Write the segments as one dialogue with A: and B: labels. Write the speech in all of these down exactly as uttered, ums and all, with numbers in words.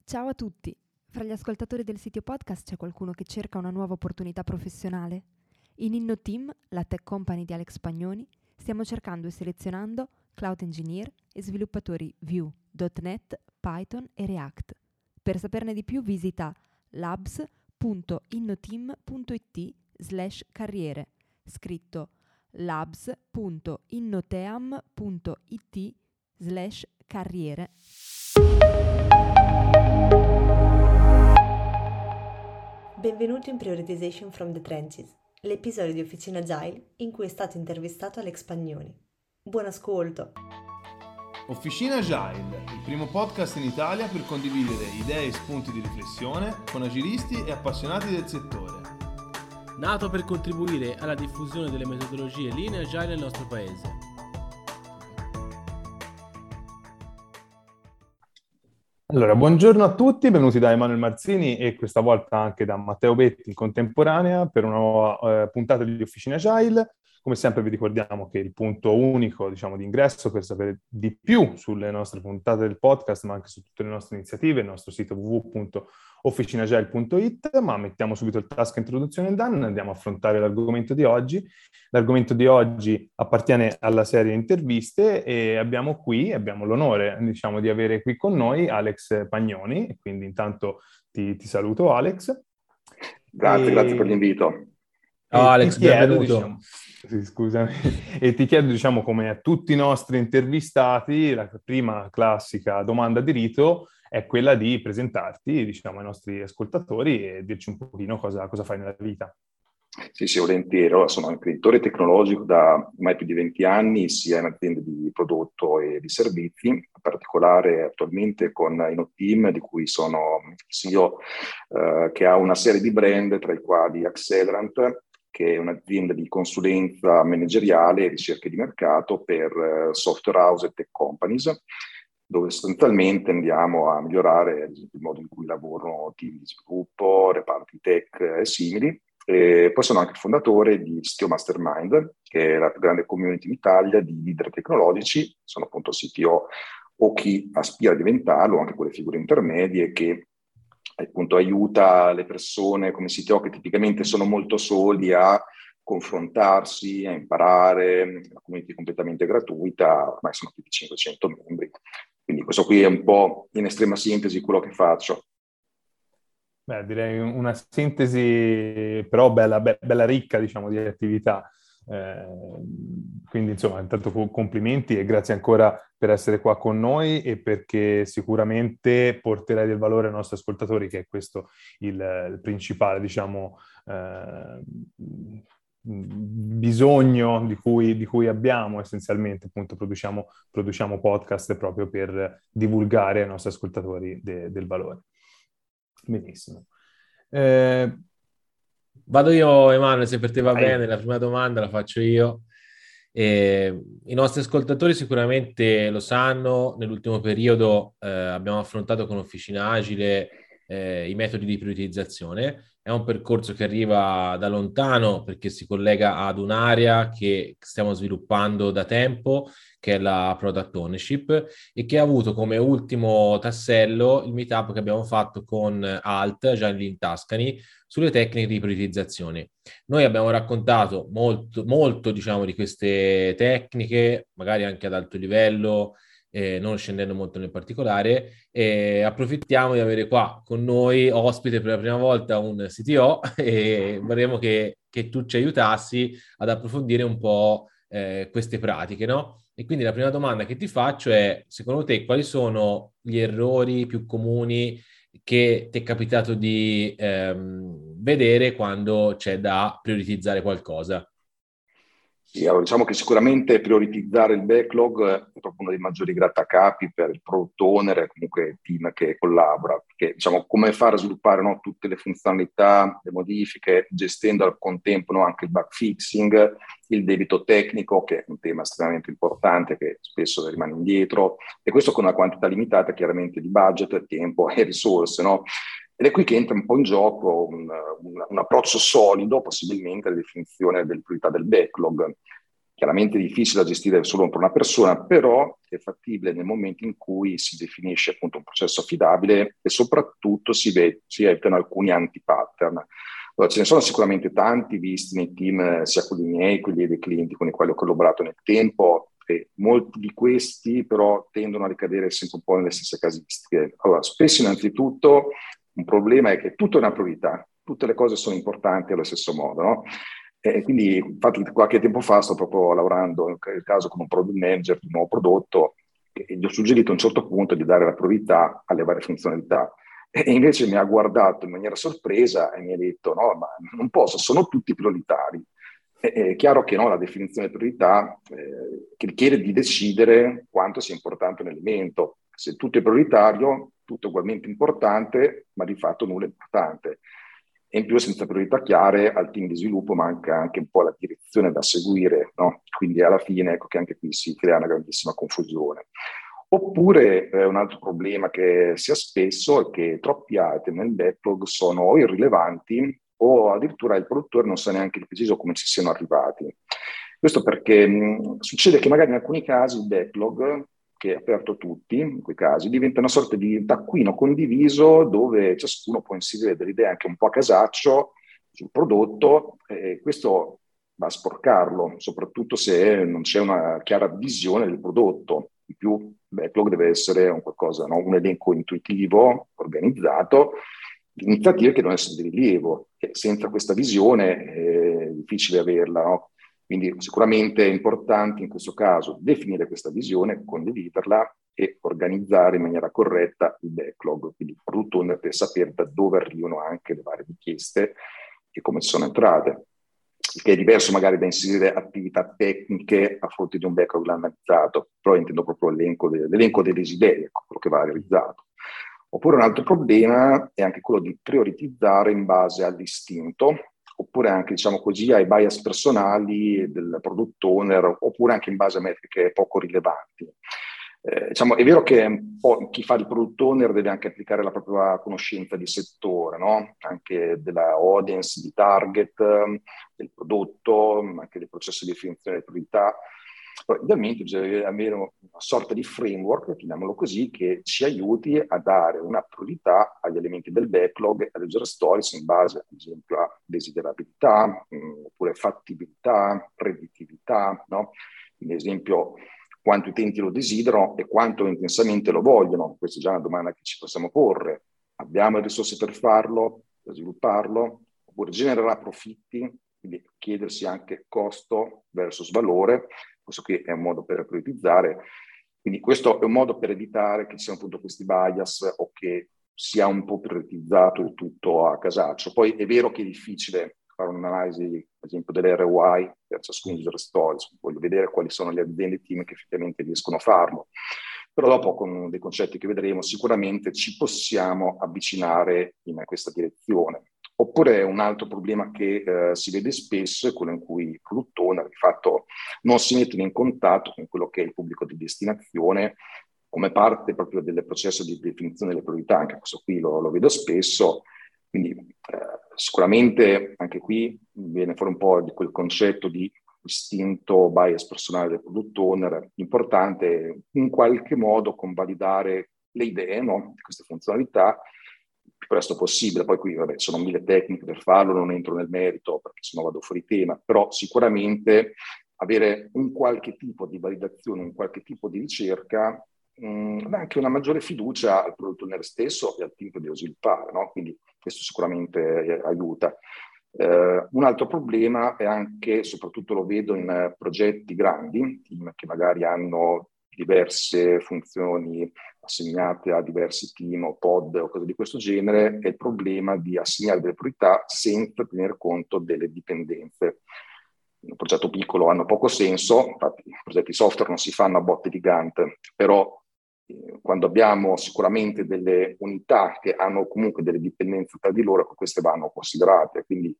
A: Ciao a tutti! Fra gli ascoltatori del sito podcast c'è qualcuno che cerca una nuova opportunità professionale? In InnoTeam, la tech company di Alex Pagnoni, stiamo cercando e selezionando cloud engineer e sviluppatori Vue, punto net, Python e React. Per saperne di più visita labs.innoteam.it slash carriere, scritto labs.innoteam.it slash carriere.
B: Benvenuti in Prioritization from the Trenches, l'episodio di Officina Agile in cui è stato intervistato Alex Pagnoni. Buon ascolto!
C: Officina Agile, il primo podcast in Italia per condividere idee e spunti di riflessione con agilisti e appassionati del settore.
D: Nato per contribuire alla diffusione delle metodologie Lean e Agile nel nostro paese.
E: Allora, buongiorno a tutti, benvenuti da Emanuele Marzini e questa volta anche da Matteo Betti in contemporanea per una nuova eh, puntata di Officina Agile. Come sempre vi ricordiamo che il punto unico, diciamo, di ingresso per sapere di più sulle nostre puntate del podcast, ma anche su tutte le nostre iniziative, è il nostro sito w w w punto officinagile punto i t, ma mettiamo subito il task introduzione done e andiamo a affrontare l'argomento di oggi. L'argomento di oggi appartiene alla serie interviste e abbiamo qui, abbiamo l'onore, diciamo, di avere qui con noi Alex Pagnoni, quindi intanto ti, ti saluto Alex.
F: Grazie,
E: e...
F: grazie per l'invito.
D: Ciao Alex,
E: chiedo,
D: benvenuto.
E: Diciamo, sì, scusami. E ti chiedo, diciamo, come a tutti i nostri intervistati, la prima classica domanda di rito è quella di presentarti, diciamo, ai nostri ascoltatori e dirci un pochino cosa, cosa fai nella vita.
F: Sì, sì, volentieri. Sono imprenditore tecnologico da ormai più di venti anni, sia in aziende di prodotto e di servizi, in particolare attualmente con InnoTeam, di cui sono C E O, eh, che ha una serie di brand, tra i quali Accelerant, che è un'azienda di consulenza manageriale e ricerche di mercato per eh, software house e tech companies, dove sostanzialmente andiamo a migliorare ad esempio, il modo in cui lavorano team di sviluppo, reparti tech e simili. E poi sono anche il fondatore di C T O Mastermind, che è la più grande community in Italia di leader tecnologici, sono appunto C T O o chi aspira a diventarlo, anche quelle figure intermedie che appunto aiuta le persone come C T O che tipicamente sono molto soli a confrontarsi, a imparare, la community è completamente gratuita, ormai sono più di cinquecento membri, quindi questo qui è un po' in estrema sintesi quello che faccio.
E: Beh, direi una sintesi però bella, be- bella ricca, diciamo, di attività. Eh, quindi, insomma, intanto complimenti e grazie ancora per essere qua con noi e perché sicuramente porterai del valore ai nostri ascoltatori, che è questo il, il principale, diciamo, eh, bisogno di cui, di cui abbiamo essenzialmente. Appunto, produciamo, produciamo podcast proprio per divulgare ai nostri ascoltatori de- del valore. Benissimo. Eh,
D: Vado io, Emanuele, se per te va
E: vai.
D: bene, la prima domanda la faccio io. Eh, I nostri ascoltatori sicuramente lo sanno, nell'ultimo periodo eh, abbiamo affrontato con Officina Agile eh, i metodi di prioritizzazione. È un percorso che arriva da lontano perché si collega ad un'area che stiamo sviluppando da tempo, che è la Product Ownership, e che ha avuto come ultimo tassello il meetup che abbiamo fatto con Alt, Agile in Tuscany, sulle tecniche di priorizzazione. Noi abbiamo raccontato molto, molto diciamo, di queste tecniche, magari anche ad alto livello, eh, non scendendo molto nel particolare, e approfittiamo di avere qua con noi ospite per la prima volta un C T O e vorremmo che, che tu ci aiutassi ad approfondire un po' eh, queste pratiche, no? E quindi la prima domanda che ti faccio è, secondo te, quali sono gli errori più comuni che ti è capitato di ehm, vedere quando c'è da prioritizzare qualcosa?
F: Sì, allora, diciamo che sicuramente prioritizzare il backlog è proprio uno dei maggiori grattacapi per il product owner e comunque il team che collabora, perché diciamo come fare a sviluppare, no, tutte le funzionalità, le modifiche, gestendo al contempo, no, anche il bug fixing, il debito tecnico, che è un tema estremamente importante che spesso rimane indietro, e questo con una quantità limitata chiaramente di budget, tempo e risorse, no? Ed è qui che entra un po' in gioco un, un, un approccio solido, possibilmente alla definizione delle priorità del backlog. chiaramente difficile da gestire solo per una persona, però è fattibile nel momento in cui si definisce appunto un processo affidabile e soprattutto si, ve- si evitano alcuni anti-pattern. Allora, ce ne sono sicuramente tanti visti nei team, sia quelli miei, quelli dei clienti con i quali ho collaborato nel tempo, e molti di questi però tendono a ricadere sempre un po' nelle stesse casistiche. Allora, spesso innanzitutto un problema è che tutto è una priorità, tutte le cose sono importanti allo stesso modo, no? E quindi, infatti, qualche tempo fa sto proprio lavorando, nel caso, come un product manager di un nuovo prodotto, e gli ho suggerito a un certo punto di dare la priorità alle varie funzionalità. E invece mi ha guardato in maniera sorpresa e mi ha detto: no, ma non posso, sono tutti prioritari. È, è chiaro che no, la definizione di priorità eh, che richiede di decidere quanto sia importante un elemento. Se tutto è prioritario, tutto è ugualmente importante, ma di fatto nulla è importante. E in più, senza priorità chiare, al team di sviluppo manca anche un po' la direzione da seguire, no? Quindi alla fine, ecco che anche qui si crea una grandissima confusione. Oppure eh, un altro problema che si ha spesso è che troppi item nel backlog sono o irrilevanti o addirittura il produttore non sa neanche di preciso come ci siano arrivati. Questo perché mh, succede che magari in alcuni casi il backlog, che è aperto a tutti, in quei casi, diventa una sorta di taccuino condiviso dove ciascuno può inserire delle idee anche un po' a casaccio sul prodotto, e questo va a sporcarlo, soprattutto se non c'è una chiara visione del prodotto. In più, il backlog deve essere un qualcosa, no? Un elenco intuitivo, organizzato, di iniziative che devono essere di rilievo, e senza questa visione è difficile averla, no? Quindi sicuramente è importante in questo caso definire questa visione, condividerla e organizzare in maniera corretta il backlog, quindi il product owner per sapere da dove arrivano anche le varie richieste e come sono entrate, che è diverso magari da inserire attività tecniche a fronte di un backlog analizzato, però intendo proprio l'elenco, de- l'elenco dei desideri, ecco, quello che va realizzato. Oppure un altro problema è anche quello di prioritizzare in base all'istinto, oppure anche, diciamo così, ai bias personali del product owner, oppure anche in base a metriche poco rilevanti. Eh, diciamo, è vero che un po' chi fa il product owner deve anche applicare la propria conoscenza di settore, no? Anche della audience, di target, del prodotto, anche del processo di definizione delle priorità. Però, idealmente bisogna avere una sorta di framework, chiamiamolo così, che ci aiuti a dare una priorità agli elementi del backlog e alle user stories in base, ad esempio, a desiderabilità, mh, oppure fattibilità, redditività, no? Quindi, ad esempio, quanti utenti lo desiderano e quanto intensamente lo vogliono. Questa è già una domanda che ci possiamo porre. Abbiamo le risorse per farlo, per svilupparlo? Oppure genererà profitti? Quindi chiedersi anche costo versus valore. Questo qui è un modo per prioritizzare. Quindi questo è un modo per evitare che ci siano appunto questi bias o che sia un po' prioritizzato il tutto a casaccio. Poi è vero che è difficile fare un'analisi, ad esempio, dell'R O I per ciascun user stories. Voglio vedere quali sono le aziende e team che effettivamente riescono a farlo. Però dopo, con dei concetti che vedremo, sicuramente ci possiamo avvicinare in questa direzione. Oppure un altro problema che eh, si vede spesso è quello in cui i product owner di fatto non si mettono in contatto con quello che è il pubblico di destinazione come parte proprio del processo di definizione delle priorità. Anche questo qui lo, lo vedo spesso. Quindi eh, sicuramente anche qui viene fuori un po' di quel concetto di istinto bias personale del product owner. Importante in qualche modo convalidare le idee, no, di queste funzionalità il più presto possibile. Poi qui vabbè, sono mille tecniche per farlo, non entro nel merito perché sennò vado fuori tema, però sicuramente avere un qualche tipo di validazione, un qualche tipo di ricerca mh, dà anche una maggiore fiducia al product owner stesso e al team che deve sviluppare, no? Quindi questo sicuramente eh, aiuta. Uh, un altro problema è anche, soprattutto lo vedo in uh, progetti grandi, team che magari hanno diverse funzioni assegnate a diversi team o pod o cose di questo genere, è il problema di assegnare delle priorità senza tener conto delle dipendenze. In un progetto piccolo hanno poco senso, infatti i progetti software non si fanno a botte di Gantt, però eh, quando abbiamo sicuramente delle unità che hanno comunque delle dipendenze tra di loro, queste vanno considerate, quindi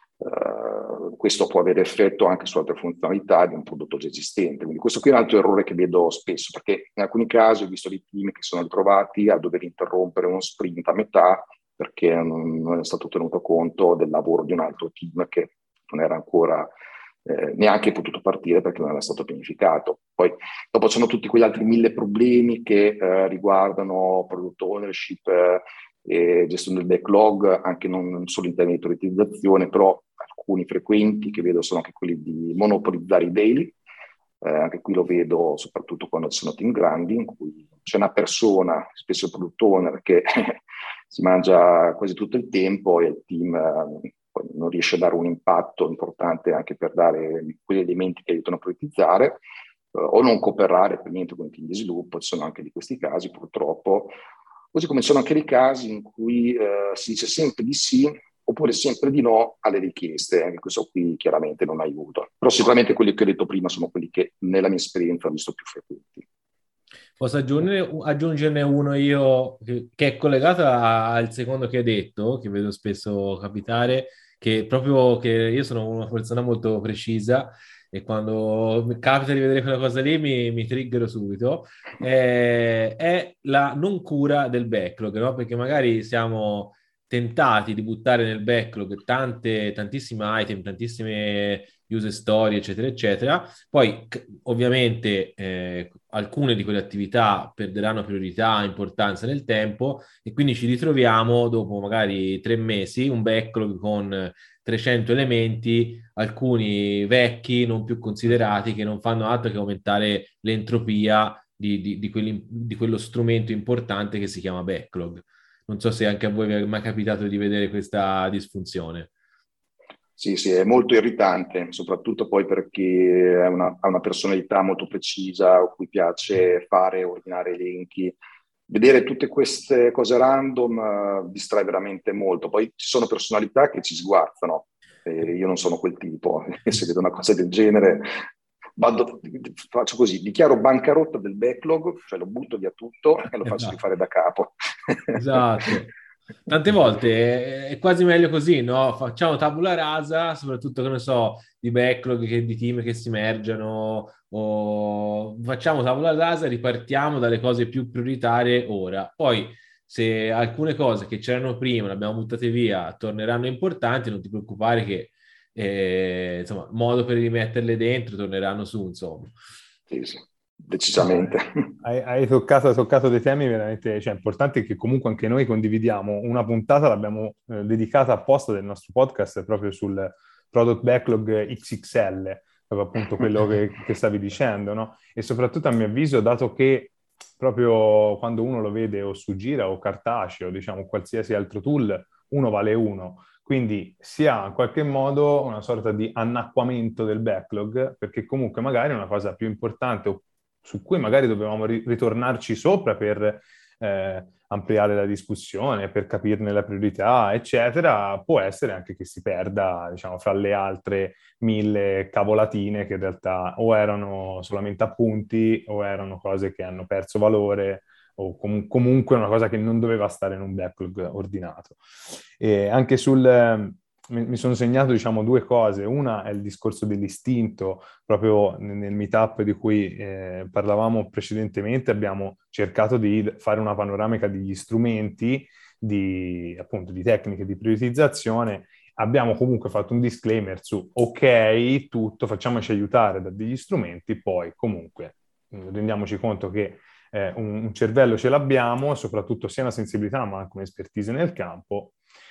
F: Uh, questo può avere effetto anche su altre funzionalità di un prodotto già esistente. Quindi questo qui è un altro errore che vedo spesso, perché in alcuni casi ho visto dei team che sono ritrovati a dover interrompere uno sprint a metà perché non, non è stato tenuto conto del lavoro di un altro team che non era ancora eh, neanche potuto partire perché non era stato pianificato. Poi dopo c'erano tutti quegli altri mille problemi che eh, riguardano product ownership eh, e gestione del backlog, anche non solo in termini di prioritizzazione, però alcuni frequenti che vedo sono anche quelli di monopolizzare i daily. Eh, anche qui lo vedo soprattutto quando ci sono team grandi, in cui c'è una persona, spesso il product owner, che si mangia quasi tutto il tempo e il team eh, non riesce a dare un impatto importante anche per dare quegli elementi che aiutano a prioritizzare, eh, o non cooperare per niente con i team di sviluppo. Ci sono anche di questi casi purtroppo, così come ci sono anche dei casi in cui eh, si dice sempre di sì oppure sempre di no alle richieste. Anche questo qui chiaramente non aiuta, però sicuramente quelli che ho detto prima sono quelli che nella mia esperienza ho visto più frequenti.
D: Posso aggiungere, aggiungerne uno io che, che è collegato a- al secondo che hai detto, che vedo spesso capitare, che proprio che io sono una persona molto precisa e quando mi capita di vedere quella cosa lì mi, mi triggero subito, eh, è la non cura del backlog, no? Perché magari siamo tentati di buttare nel backlog tante, tantissime item, tantissime user story, eccetera, eccetera. Poi, c- ovviamente, eh, alcune di quelle attività perderanno priorità, importanza nel tempo e quindi ci ritroviamo dopo magari tre mesi un backlog con trecento elementi, alcuni vecchi, non più considerati, che non fanno altro che aumentare l'entropia di, di, di, quelli- di quello strumento importante che si chiama backlog. Non so se anche a voi vi è mai capitato di vedere questa disfunzione.
F: Sì, sì, è molto irritante, soprattutto poi perché è una, ha una personalità molto precisa, a cui piace fare, ordinare elenchi. Vedere tutte queste cose random uh, distrae veramente molto. Poi ci sono personalità che ci sguazzano, e io non sono quel tipo, e se vedo una cosa del genere vado, faccio così, dichiaro bancarotta del backlog, cioè lo butto via tutto e lo faccio
D: Esatto.
F: rifare da capo.
D: Esatto. Tante volte è, è quasi meglio così, no? Facciamo tabula rasa, soprattutto che ne so, di backlog, che, di team che si mergiano, o facciamo tabula rasa, ripartiamo dalle cose più prioritarie ora. Poi, se alcune cose che c'erano prima, le abbiamo buttate via, torneranno importanti, non ti preoccupare che, eh, insomma, modo per rimetterle dentro torneranno su, insomma.
F: Sì, sì, decisamente.
E: Hai, hai toccato, hai toccato dei temi veramente, cioè, importanti, che comunque anche noi condividiamo. Una puntata l'abbiamo eh, dedicata apposta del nostro podcast proprio sul product backlog X X L, proprio appunto quello che, che stavi dicendo, no? E soprattutto a mio avviso, dato che proprio quando uno lo vede o su Gira o cartaceo, diciamo qualsiasi altro tool, uno vale uno. Quindi si ha in qualche modo una sorta di annacquamento del backlog, perché comunque magari è una cosa più importante o su cui magari dovevamo ri- ritornarci sopra per eh, ampliare la discussione, per capirne la priorità, eccetera, può essere anche che si perda, diciamo, fra le altre mille cavolatine che in realtà o erano solamente appunti o erano cose che hanno perso valore o com- comunque una cosa che non doveva stare in un backlog ordinato. E anche sul... Mi mi sono segnato, diciamo, due cose. Una è il discorso dell'istinto, proprio nel meetup di cui eh, parlavamo precedentemente. Abbiamo cercato di fare una panoramica degli strumenti, di, appunto, di tecniche di prioritizzazione. Abbiamo comunque fatto un disclaimer su, ok, tutto, facciamoci aiutare da degli strumenti, poi comunque rendiamoci conto che eh, un, un cervello ce l'abbiamo, soprattutto sia una sensibilità ma anche un'espertise nel campo.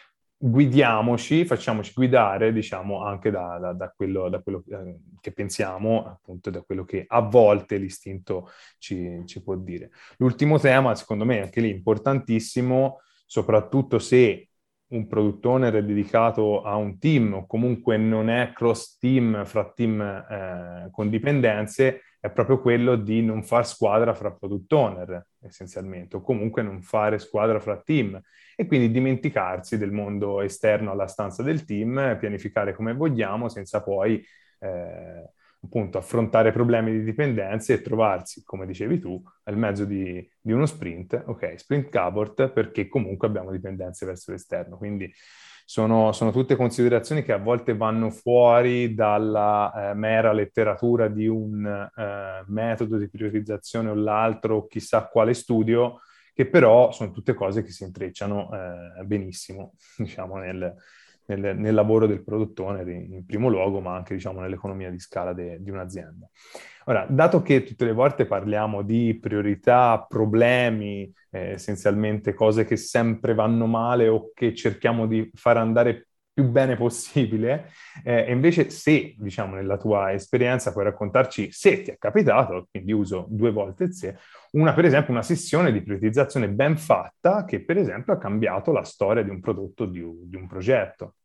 E: Guidiamoci, facciamoci guidare, diciamo, anche da, da, da quello, da quello che pensiamo, appunto, da quello che a volte l'istinto ci, ci può dire. L'ultimo tema, secondo me, anche lì importantissimo, soprattutto se un product owner è dedicato a un team o comunque non è cross team fra team eh, con dipendenze, è proprio quello di non far squadra fra product owner, essenzialmente, o comunque non fare squadra fra team, e quindi dimenticarsi del mondo esterno alla stanza del team, pianificare come vogliamo, senza poi eh, appunto affrontare problemi di dipendenze e trovarsi, come dicevi tu, nel mezzo di, di uno sprint, ok, sprint cabort, perché comunque abbiamo dipendenze verso l'esterno. Quindi sono, sono tutte considerazioni che a volte vanno fuori dalla eh, mera letteratura di un eh, metodo di priorizzazione o l'altro, chissà quale studio, che però sono tutte cose che si intrecciano eh, benissimo, diciamo, nel, nel, nel lavoro del prodotto owner in, in primo luogo, ma anche diciamo nell'economia di scala de, di un'azienda. Ora, dato che tutte le volte parliamo di priorità, problemi, eh, essenzialmente cose che sempre vanno male o che cerchiamo di far andare più bene possibile, eh, e invece se, diciamo, nella tua esperienza puoi raccontarci se ti è capitato, quindi uso due volte il se, una, per esempio, una sessione di prioritizzazione ben fatta che, per esempio, ha cambiato la storia di un prodotto, di un, di un progetto.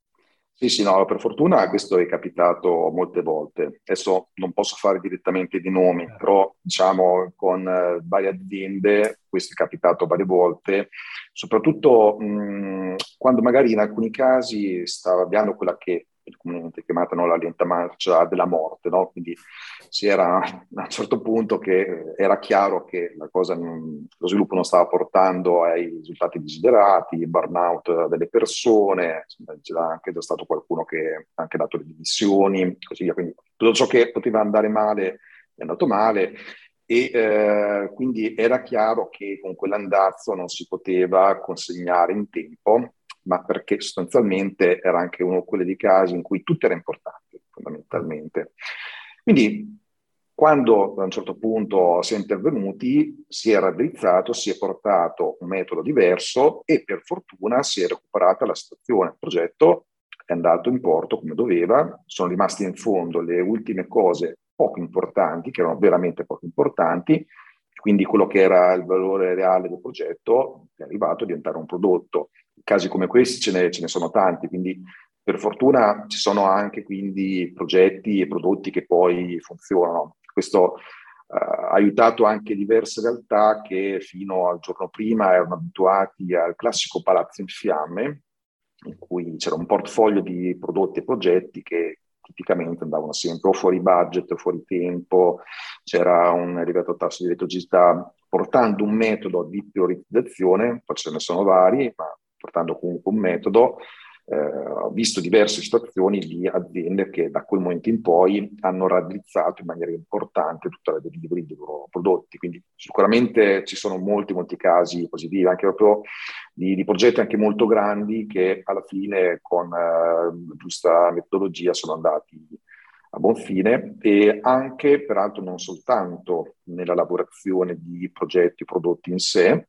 F: Sì, sì, no, per fortuna questo è capitato molte volte. Adesso non posso fare direttamente di nomi, però diciamo con eh, varie aziende questo è capitato varie volte, soprattutto mh, quando magari in alcuni casi stava avviando quella che è comunemente chiamata, no, la lenta marcia della morte, no? Quindi si era a un certo punto che era chiaro che la cosa non, lo sviluppo non stava portando ai risultati desiderati, il burnout delle persone, c'era anche già stato qualcuno che ha anche dato le dimissioni, così via. Quindi tutto ciò che poteva andare male è andato male e eh, quindi era chiaro che con quell'andazzo non si poteva consegnare in tempo, ma perché sostanzialmente era anche uno di quelli casi in cui tutto era importante, fondamentalmente. Quindi, quando a un certo punto si è intervenuti, si è raddrizzato, si è portato un metodo diverso e per fortuna si è recuperata la situazione. Il progetto è andato in porto come doveva, sono rimaste in fondo le ultime cose poco importanti, che erano veramente poco importanti, quindi quello che era il valore reale del progetto è arrivato a diventare un prodotto. Casi come questi ce ne, ce ne sono tanti, quindi per fortuna ci sono anche quindi progetti e prodotti che poi funzionano. Questo uh, ha aiutato anche diverse realtà che fino al giorno prima erano abituati al classico palazzo in fiamme, in cui c'era un portfolio di prodotti e progetti che tipicamente andavano sempre o fuori budget o fuori tempo, c'era un elevato tasso di elettricità, portando un metodo di priorizzazione, poi ce ne sono vari, ma portando comunque un metodo. Eh, ho visto diverse situazioni di aziende che da quel momento in poi hanno raddrizzato in maniera importante tutta la delivery dei loro prodotti, quindi sicuramente ci sono molti molti casi positivi, anche proprio di, di progetti anche molto grandi che alla fine con eh, giusta metodologia sono andati a buon fine, e anche peraltro non soltanto nella lavorazione di progetti o prodotti in sé,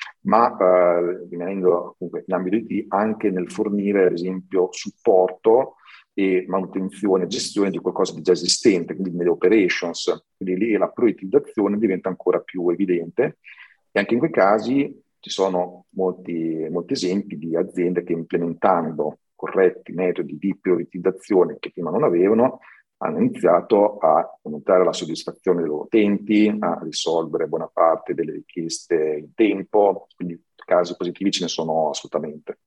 F: ma eh, rimanendo comunque in ambito I T, anche nel fornire ad esempio supporto e manutenzione e gestione di qualcosa di già esistente, quindi nelle operations. Quindi lì la prioritizzazione diventa ancora più evidente e anche in quei casi ci sono molti, molti esempi di aziende che implementando corretti metodi di prioritizzazione che prima non avevano, hanno iniziato a aumentare la soddisfazione dei loro utenti, a risolvere buona parte delle richieste in tempo, quindi casi positivi ce ne sono assolutamente.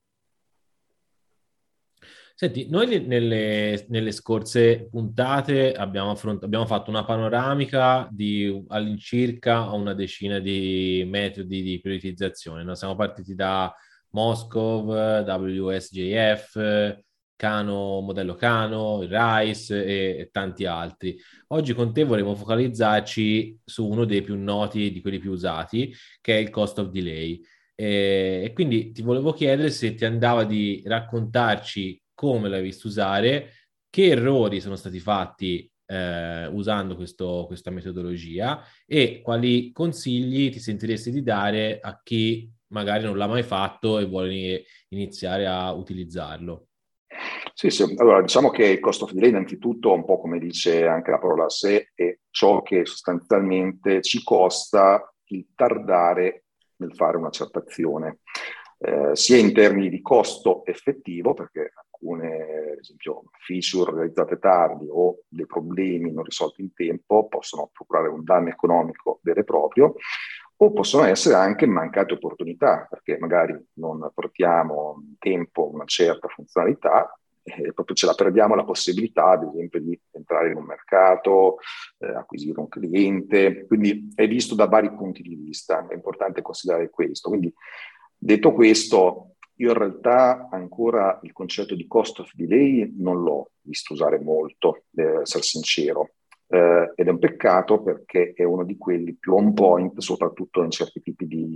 D: Senti, noi nelle, nelle scorse puntate abbiamo, affront- abbiamo fatto una panoramica di all'incirca una decina di metodi di prioritizzazione. Noi siamo partiti da Moscov, W S J F, Kano, modello Kano, il RISE e, e tanti altri. Oggi con te vorremmo focalizzarci su uno dei più noti, di quelli più usati, che è il cost of delay. E, e quindi ti volevo chiedere se ti andava di raccontarci come l'hai visto usare, che errori sono stati fatti eh, usando questo, questa metodologia e quali consigli ti sentiresti di dare a chi magari non l'ha mai fatto e vuole iniziare a utilizzarlo.
F: Sì, sì. Allora diciamo che il cost of delay innanzitutto, un po' come dice anche la parola a sé, è ciò che sostanzialmente ci costa il tardare nel fare una certa azione, eh, sia in termini di costo effettivo, perché alcune, ad esempio, feature realizzate tardi o dei problemi non risolti in tempo possono procurare un danno economico vero e proprio, o possono essere anche mancate opportunità, perché magari non portiamo in tempo una certa funzionalità e proprio ce la perdiamo la possibilità, ad esempio, di entrare in un mercato, eh, acquisire un cliente. Quindi è visto da vari punti di vista, è importante considerare questo. Quindi, detto questo, io in realtà ancora il concetto di cost of delay non l'ho visto usare molto, devo essere sincero. Eh, ed è un peccato perché è uno di quelli più on point, soprattutto in certi tipi di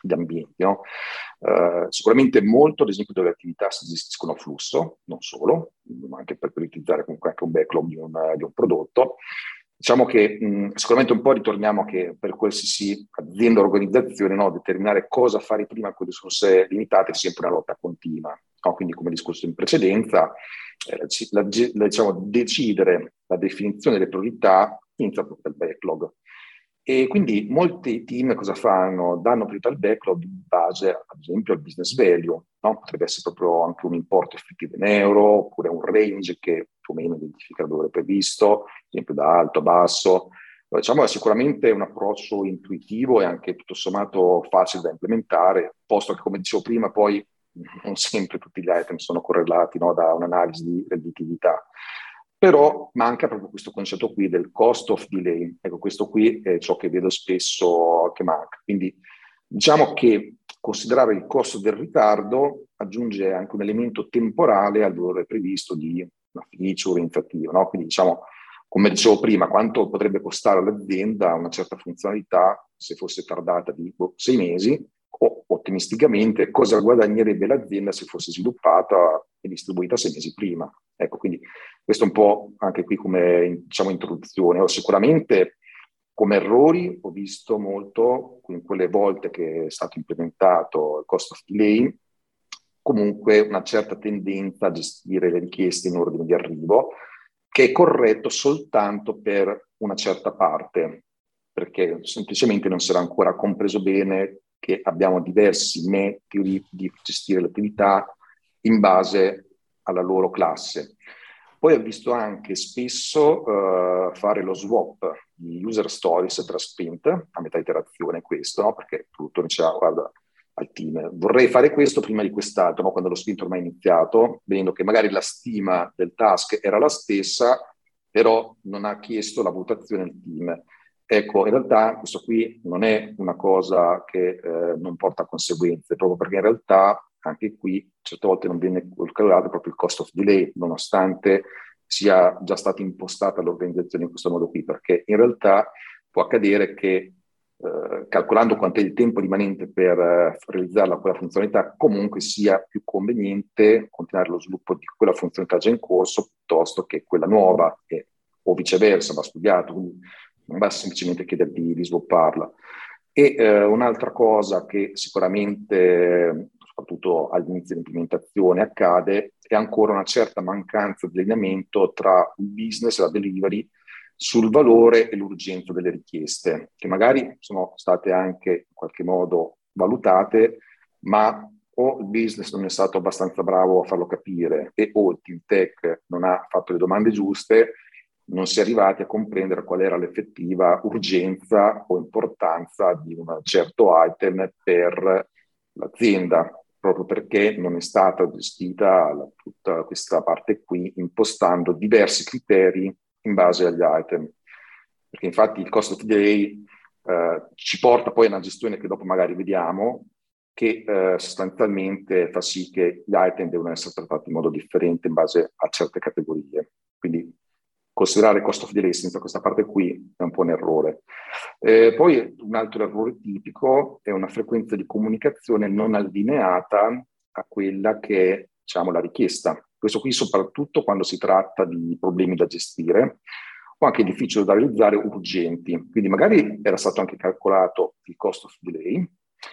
F: di ambienti, no? Uh, sicuramente molto, ad esempio, delle attività si gestiscono a flusso, non solo, ma anche per utilizzare comunque anche un backlog di un, di un prodotto. Diciamo che mh, sicuramente un po' ritorniamo che per qualsiasi azienda o organizzazione, no, determinare cosa fare prima con risorse limitate è sempre una lotta continua. No? Quindi, come discusso in precedenza, eh, la, la, diciamo, decidere la definizione delle priorità inizia proprio dal backlog. E quindi molti team cosa fanno? Danno priorità al backlog in base, ad esempio, al business value, no? Potrebbe essere proprio anche un importo effettivo in euro, oppure un range che più o meno identifica il valore previsto, ad esempio da alto a basso. Diciamo è sicuramente un approccio intuitivo e anche tutto sommato facile da implementare, posto che, come dicevo prima, poi non sempre tutti gli item sono correlati, no, da un'analisi di redditività. Però manca proprio questo concetto qui del cost of delay. Ecco, questo qui è ciò che vedo spesso che manca. Quindi diciamo che considerare il costo del ritardo aggiunge anche un elemento temporale al valore previsto di una feature iniziativa, no? Quindi diciamo, come dicevo prima, quanto potrebbe costare all'azienda una certa funzionalità se fosse tardata di boh, sei mesi, o ottimisticamente cosa guadagnerebbe l'azienda se fosse sviluppata e distribuita sei mesi prima. Ecco, quindi questo è un po' anche qui come, diciamo, introduzione. O sicuramente come errori ho visto molto in quelle volte che è stato implementato il cost of delay, comunque una certa tendenza a gestire le richieste in ordine di arrivo, che è corretto soltanto per una certa parte, perché semplicemente non sarà ancora compreso bene che abbiamo diversi metodi di gestire l'attività in base alla loro classe. Poi ho visto anche spesso uh, fare lo swap di user stories tra sprint, a metà iterazione questo, no? Perché il produttore diceva, guarda, al team, vorrei fare questo prima di quest'altro, no? Quando lo sprint ormai è iniziato, vedendo che magari la stima del task era la stessa, però non ha chiesto la valutazione al team. Ecco, in realtà questo qui non è una cosa che eh, non porta a conseguenze, proprio perché in realtà anche qui certe volte non viene calcolato proprio il cost of delay, nonostante sia già stata impostata l'organizzazione in questo modo qui, perché in realtà può accadere che eh, calcolando quanto è il tempo rimanente per eh, realizzarla quella funzionalità, comunque sia più conveniente continuare lo sviluppo di quella funzionalità già in corso piuttosto che quella nuova, che, o viceversa, va studiato, quindi non basta semplicemente chiedere di, di svilupparla. E eh, un'altra cosa che sicuramente, soprattutto all'inizio dell'implementazione, accade è ancora una certa mancanza di allineamento tra il business e la delivery sul valore e l'urgenza delle richieste, che magari sono state anche in qualche modo valutate, ma o il business non è stato abbastanza bravo a farlo capire e o il team tech non ha fatto le domande giuste, non si è arrivati a comprendere qual era l'effettiva urgenza o importanza di un certo item per l'azienda, proprio perché non è stata gestita la, tutta questa parte qui, impostando diversi criteri in base agli item. Perché infatti il cost of delay eh, ci porta poi a una gestione che dopo magari vediamo, che eh, sostanzialmente fa sì che gli item devono essere trattati in modo differente in base a certe categorie. Quindi considerare cost of delay senza questa parte qui è un po' un errore. Eh, poi un altro errore tipico è una frequenza di comunicazione non allineata a quella che è, diciamo, la richiesta. Questo qui soprattutto quando si tratta di problemi da gestire o anche difficili da realizzare, urgenti. Quindi magari era stato anche calcolato il cost of delay,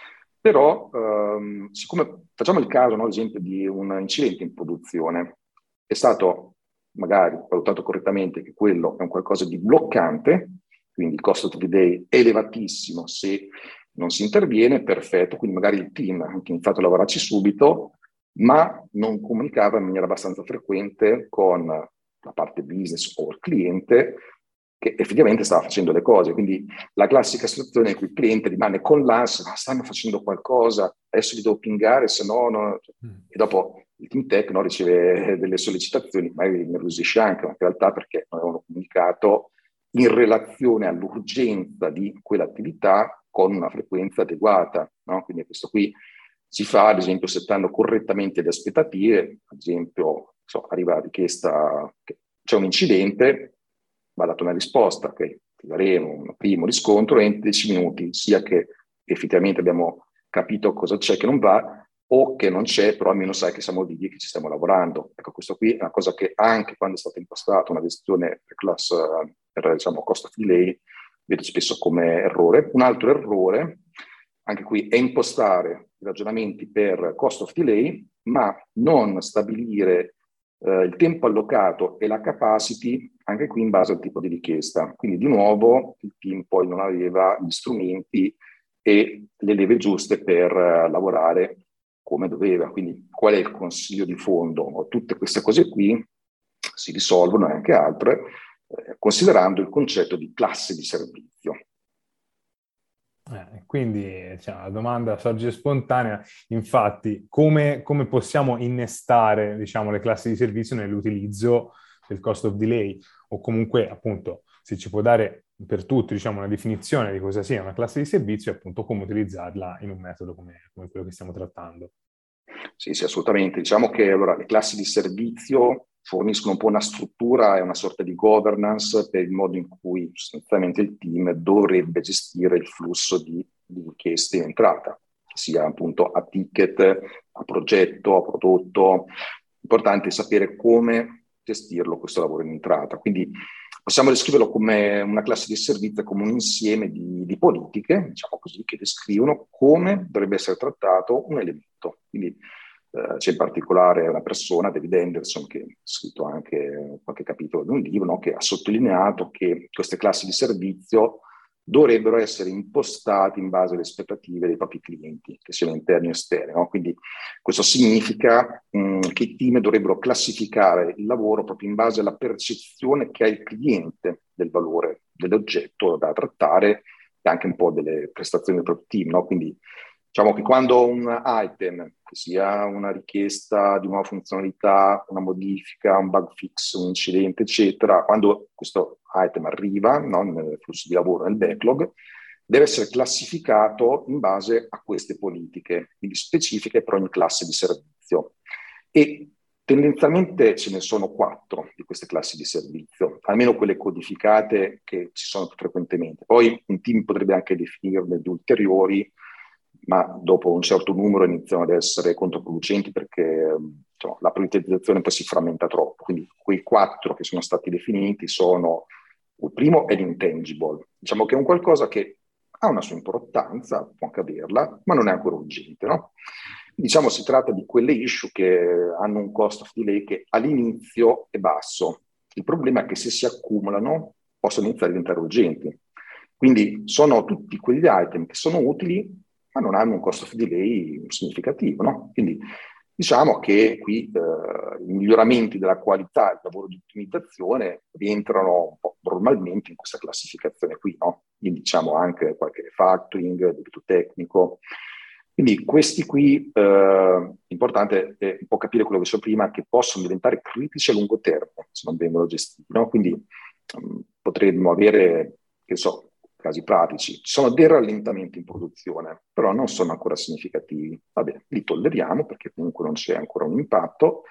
F: però ehm, siccome facciamo il caso, no, ad esempio, di un incidente in produzione, è stato magari valutato correttamente che quello è un qualcosa di bloccante, quindi il cost of delay è elevatissimo se non si interviene, perfetto, quindi magari il team ha iniziato a lavorarci subito, ma non comunicava in maniera abbastanza frequente con la parte business o il cliente che effettivamente stava facendo le cose. Quindi la classica situazione in cui il cliente rimane con l'ansia, ma stanno facendo qualcosa, adesso li devo pingare, se no... no. Mm. E dopo il team tech, no, riceve delle sollecitazioni, magari nervosisce anche, ma in realtà perché non avevano comunicato in relazione all'urgenza di quell'attività con una frequenza adeguata, no? Quindi questo qui si fa, ad esempio, settando correttamente le aspettative. Ad esempio, so, arriva la richiesta che c'è un incidente, va data una risposta, ok, ti daremo un primo riscontro entro dieci minuti, sia che effettivamente abbiamo capito cosa c'è che non va, o che non c'è, però almeno sai che siamo lì e che ci stiamo lavorando. Ecco, questo qui è una cosa che anche quando è stata impostata una gestione per class, per diciamo, cost of delay, vedo spesso come errore. Un altro errore, anche qui, è impostare i ragionamenti per cost of delay, ma non stabilire eh, il tempo allocato e la capacity, anche qui in base al tipo di richiesta. Quindi di nuovo il team poi non aveva gli strumenti e le leve giuste per uh, lavorare come doveva. Quindi qual è il consiglio di fondo? Tutte queste cose qui si risolvono, e anche altre, eh, considerando il concetto di classe di servizio.
E: Eh, quindi cioè, la domanda sorge spontanea, infatti, come, come possiamo innestare, diciamo, le classi di servizio nell'utilizzo del cost of delay? O comunque, appunto, se ci può dare per tutti, diciamo, una definizione di cosa sia una classe di servizio e appunto come utilizzarla in un metodo come, come quello che stiamo trattando.
F: Sì, sì, assolutamente. Diciamo che allora, le classi di servizio forniscono un po' una struttura e una sorta di governance per il modo in cui sostanzialmente il team dovrebbe gestire il flusso di, di richieste in entrata, sia appunto a ticket, a progetto, a prodotto. Importante sapere come gestirlo questo lavoro in entrata. Quindi possiamo descriverlo come una classe di servizio, come un insieme di, di politiche, diciamo così, che descrivono come dovrebbe essere trattato un elemento. Quindi eh, c'è in particolare una persona, David Henderson, che ha scritto anche qualche capitolo di un libro, no, che ha sottolineato che queste classi di servizio dovrebbero essere impostati in base alle aspettative dei propri clienti, che siano interni o esterni. No? Quindi questo significa mh, che i team dovrebbero classificare il lavoro proprio in base alla percezione che ha il cliente del valore dell'oggetto da trattare e anche un po' delle prestazioni del proprio team. No? Quindi diciamo che quando un item, che sia una richiesta di nuova funzionalità, una modifica, un bug fix, un incidente, eccetera, quando questo item arriva, no, nel flusso di lavoro, nel backlog, deve essere classificato in base a queste politiche, quindi specifiche per ogni classe di servizio. E tendenzialmente ce ne sono quattro di queste classi di servizio, almeno quelle codificate che ci sono più frequentemente. Poi un team potrebbe anche definirne di ulteriori, ma dopo un certo numero iniziano ad essere controproducenti perché insomma, la prioritizzazione poi si frammenta troppo. Quindi quei quattro che sono stati definiti sono: il primo è l'intangible, diciamo che è un qualcosa che ha una sua importanza, può anche averla, ma non è ancora urgente, no? Diciamo si tratta di quelle issue che hanno un cost of delay che all'inizio è basso. Il problema è che se si accumulano possono iniziare a diventare urgenti. Quindi sono tutti quegli item che sono utili ma non hanno un cost of delay significativo, no? Quindi diciamo che qui eh, i miglioramenti della qualità e il lavoro di ottimizzazione rientrano un po' normalmente in questa classificazione qui, no? Quindi diciamo anche qualche refactoring, debito tecnico. Quindi questi qui, eh, importante è un po' capire quello che dicevo prima, che possono diventare critici a lungo termine se non vengono gestiti, no? Quindi um, potremmo avere, che so, casi pratici, ci sono dei rallentamenti in produzione, però non sono ancora significativi. Vabbè, li tolleriamo perché comunque non c'è ancora un impatto,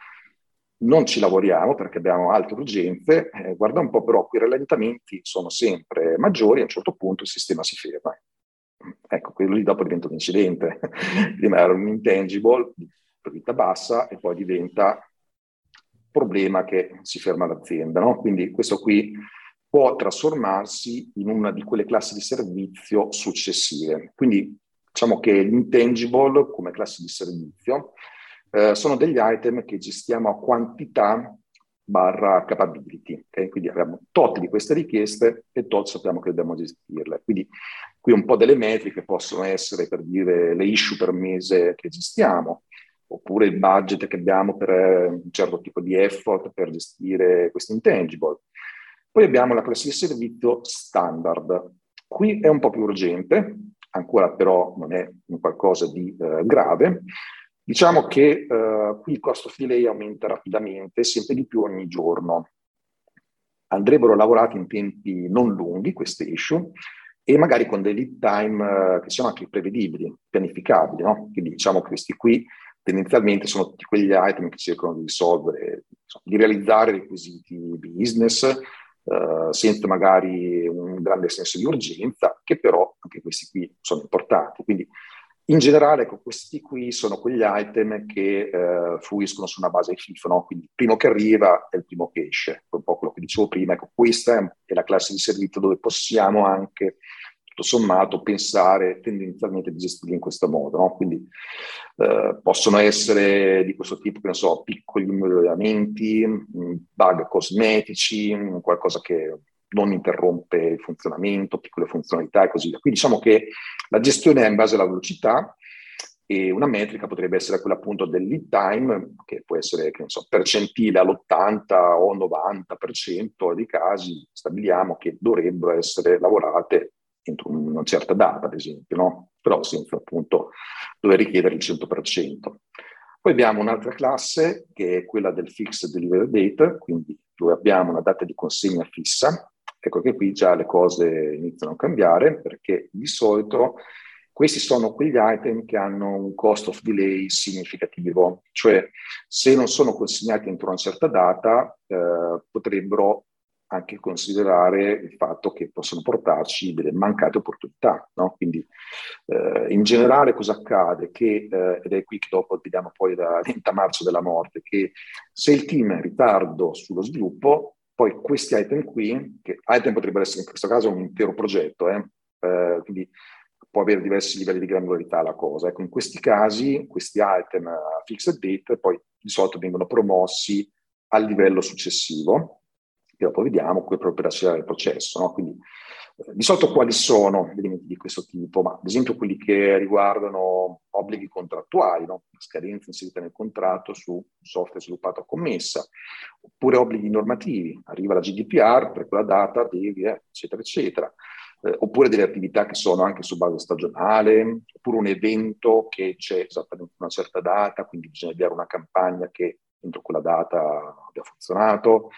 F: non ci lavoriamo perché abbiamo altre urgenze, eh, guarda un po' però, quei rallentamenti sono sempre maggiori e a un certo punto il sistema si ferma. Ecco, quello lì dopo diventa un incidente. Prima era un intangible di priorità bassa e poi diventa problema che si ferma l'azienda, no? Quindi questo qui può trasformarsi in una di quelle classi di servizio successive. Quindi diciamo che l'intangible come classe di servizio eh, sono degli item che gestiamo a quantità barra capability. Okay? Quindi abbiamo tot di queste richieste e tot sappiamo che dobbiamo gestirle. Quindi qui un po' delle metriche possono essere per dire le issue per mese che gestiamo, oppure il budget che abbiamo per un certo tipo di effort per gestire questi intangible. Poi abbiamo la classe di servizio standard. Qui è un po' più urgente, ancora però non è un qualcosa di eh, grave. Diciamo che eh, qui il cost of delay aumenta rapidamente, sempre di più ogni giorno. Andrebbero lavorati in tempi non lunghi queste issue e magari con dei lead time eh, che siano anche prevedibili, pianificabili, no? Quindi diciamo che questi qui tendenzialmente sono tutti quegli item che cercano di risolvere, insomma, di realizzare requisiti business, Uh, senza magari un grande senso di urgenza, che però anche questi qui sono importanti. Quindi In generale, ecco, questi qui sono quegli item che eh, fruiscono su una base FIFO, no? Quindi il primo che arriva è il primo che esce, un po' quello che dicevo prima. Ecco, questa è la classe di servizio dove possiamo anche, tutto sommato, pensare tendenzialmente di gestirli in questo modo, no? Quindi eh, possono essere di questo tipo, che ne so, piccoli miglioramenti, bug cosmetici, qualcosa che non interrompe il funzionamento, piccole funzionalità e così via. Quindi diciamo che la gestione è in base alla velocità e una metrica potrebbe essere quella appunto del lead time, che può essere, che ne so, percentile all'ottanta o novanta per cento dei casi stabiliamo che dovrebbero essere lavorate entro una certa data, ad esempio, no? Però senza appunto dover richiedere il cento per cento. Poi abbiamo un'altra classe che è quella del fixed delivery date, quindi dove abbiamo una data di consegna fissa. Ecco che qui già le cose iniziano a cambiare, perché di solito questi sono quegli item che hanno un cost of delay significativo, cioè se non sono consegnati entro una certa data eh, potrebbero anche considerare il fatto che possono portarci delle mancate opportunità, no? Quindi eh, in generale cosa accade? Che, eh, ed è qui che dopo vediamo poi la lenta marcia della morte, che se il team è in ritardo sullo sviluppo, poi questi item qui, che item potrebbero essere in questo caso un intero progetto, eh, eh, quindi può avere diversi livelli di granularità la cosa. Ecco, in questi casi, questi item a fixed date poi di solito vengono promossi al livello successivo, che dopo vediamo, proprio per accelerare il processo, no? Quindi eh, di solito quali sono gli elementi di questo tipo? Ma ad esempio quelli che riguardano obblighi contrattuali, no? Scadenza inserita nel contratto su software sviluppato a commessa, oppure obblighi normativi, arriva la G D P R, per quella data devi, eh, eccetera, eccetera. Eh, oppure delle attività che sono anche su base stagionale, oppure un evento che c'è esattamente una certa data, quindi bisogna avviare una campagna che entro quella data abbia funzionato,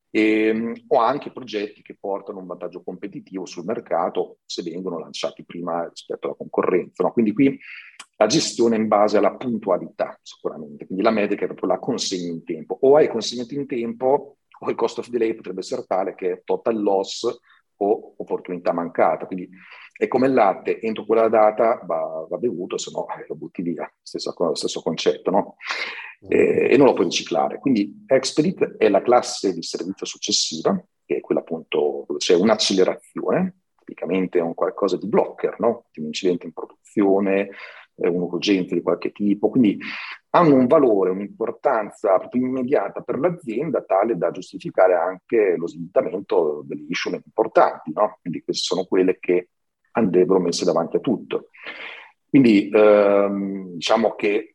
F: e, o anche progetti che portano un vantaggio competitivo sul mercato se vengono lanciati prima rispetto alla concorrenza, no? Quindi qui la gestione è in base alla puntualità sicuramente, quindi la metrica è proprio la consegna in tempo, o hai consegnato in tempo o il cost of delay potrebbe essere tale che è total loss o opportunità mancata, quindi è come il latte, entro quella data va, va bevuto, se no lo butti via, stesso, stesso concetto, no? E, e non lo puoi riciclare. Quindi Expedit è la classe di servizio successiva, che è quella appunto dove c'è un'accelerazione, tipicamente è un qualcosa di blocker, no? Di un incidente in produzione, un'urgenza di qualche tipo, quindi hanno un valore, un'importanza proprio immediata per l'azienda tale da giustificare anche lo slittamento delle issue importanti, no? Quindi queste sono quelle che andrebbero messe davanti a tutto. Quindi ehm, diciamo che